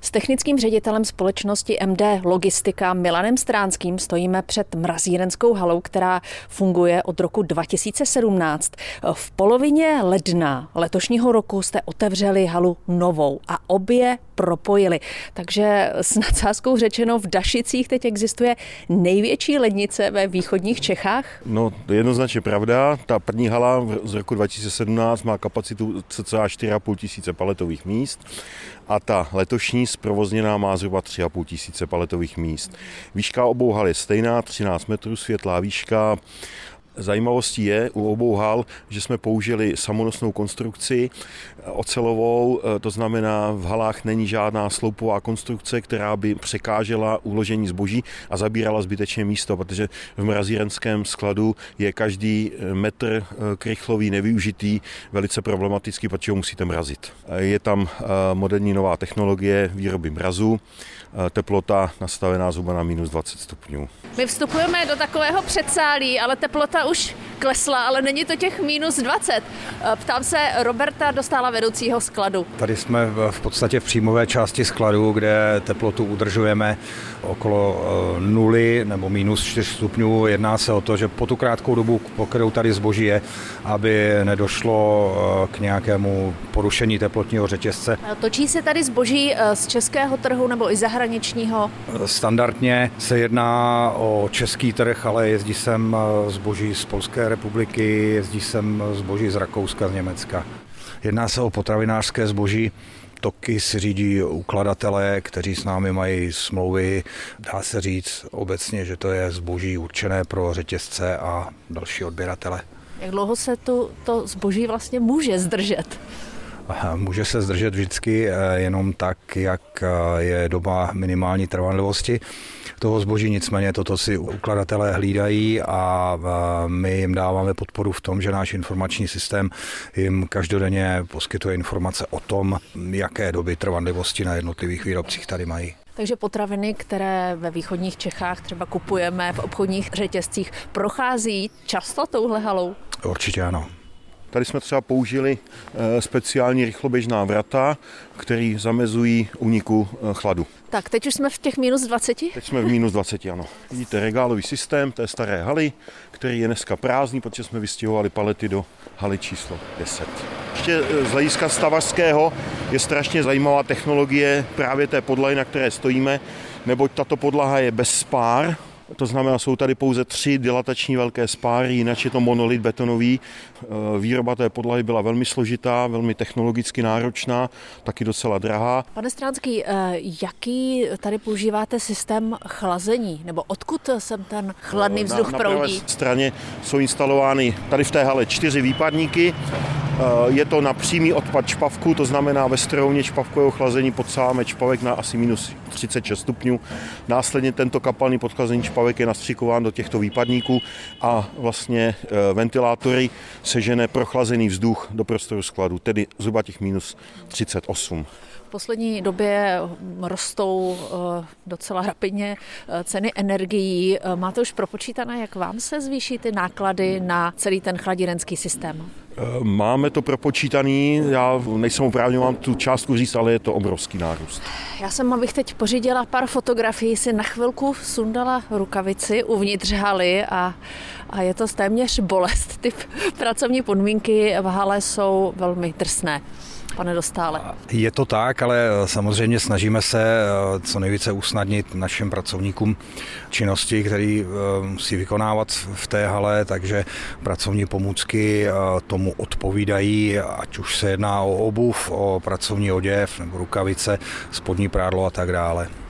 S technickým ředitelem společnosti MD Logistika Milanem Stránským stojíme před mrazírenskou halou, která funguje od roku 2017. V polovině ledna letošního roku jste otevřeli halu novou a obě propojili. Takže s nadsázkou řečeno, v Dašicích teď existuje největší lednice ve východních Čechách? No, to je jednoznačně pravda. Ta první hala z roku 2017 má kapacitu cca 4,5 tisíce paletových míst a ta letošní zprovozněná má zhruba 3,5 tisíce paletových míst. Výška obou hal je stejná, 13 metrů, světlá výška. Zajímavostí je u obou hal, že jsme použili samonosnou konstrukci ocelovou, to znamená, v halách není žádná sloupová konstrukce, která by překážela uložení zboží a zabírala zbytečně místo, protože v mrazírenském skladu je každý metr krychlový nevyužitý velice problematický, protože ho musíte mrazit. Je tam moderní nová technologie výroby mrazu, teplota nastavená zhruba na minus 20 stupňů. My vstupujeme do takového předsálí, ale teplota už klesla, ale není to těch minus 20. Ptám se Roberta Dostála, vedoucího skladu. Tady jsme v podstatě v příjmové části skladu, kde teplotu udržujeme okolo nuly nebo minus 4 stupňů. Jedná se o to, že po tu krátkou dobu, po kterou tady zboží je, aby nedošlo k nějakému porušení teplotního řetězce. Točí se tady zboží z českého trhu nebo i zahraničního? Standardně se jedná o český trh, ale jezdí sem zboží z Polské republiky, jezdí sem zboží z Rakouska, z Německa. Jedná se o potravinářské zboží. Toky si řídí ukladatelé, kteří s námi mají smlouvy. Dá se říct obecně, že to je zboží určené pro řetězce a další odběratele. Jak dlouho se to zboží vlastně může zdržet? Může se zdržet vždycky jenom tak, jak je doba minimální trvanlivosti toho zboží, nicméně toto si ukladatelé hlídají a my jim dáváme podporu v tom, že náš informační systém jim každodenně poskytuje informace o tom, jaké doby trvanlivosti na jednotlivých výrobcích tady mají. Takže potraviny, které ve východních Čechách třeba kupujeme v obchodních řetězcích, prochází často touhle halou? Určitě ano. Tady jsme třeba použili speciální rychloběžná vrata, které zamezují úniku chladu. Tak, teď už jsme v těch minus 20? Teď jsme v minus 20, ano. Vidíte regálový systém té staré haly, který je dneska prázdný, protože jsme vystěhovali palety do haly číslo 10. Ještě z hlediska stavařského je strašně zajímavá technologie právě té podlahy, na které stojíme, neboť tato podlaha je bez spár. To znamená, jsou tady pouze 3 dilatační velké spáry, jinak je to monolit betonový. Výroba té podlahy byla velmi složitá, velmi technologicky náročná, taky docela drahá. Pane Stránský, jaký tady používáte systém chlazení? Nebo odkud sem ten chladný vzduch proudí? Na pravé straně jsou instalovány tady v té hale 4 výpadníky. Je to na přímý odpad čpavku, to znamená ve strojovně čpavkového chlazení podsáváme čpavek na asi minus 36 stupňů. Následně tento kapalný podchlazený čpavek je nastřikován do těchto výpadníků a vlastně ventilátory sežene prochlazený vzduch do prostoru skladu, tedy zhruba těch minus 38. V poslední době rostou docela rapidně ceny energií. Máte už propočítané, jak vám se zvýší ty náklady na celý ten chladírenský systém? Máme to propočítaný, já nejsem oprávněn vám tu částku říct, ale je to obrovský nárůst. Já jsem, abych teď pořídila pár fotografií, si na chvilku sundala rukavici uvnitř haly a je to téměř bolest. Ty pracovní podmínky v hale jsou velmi drsné. Pane Dostále. Je to tak, ale samozřejmě snažíme se co nejvíce usnadnit našim pracovníkům činnosti, které musí vykonávat v té hale, takže pracovní pomůcky tomu odpovídají, ať už se jedná o obuv, o pracovní oděv nebo rukavice, spodní prádlo a tak dále.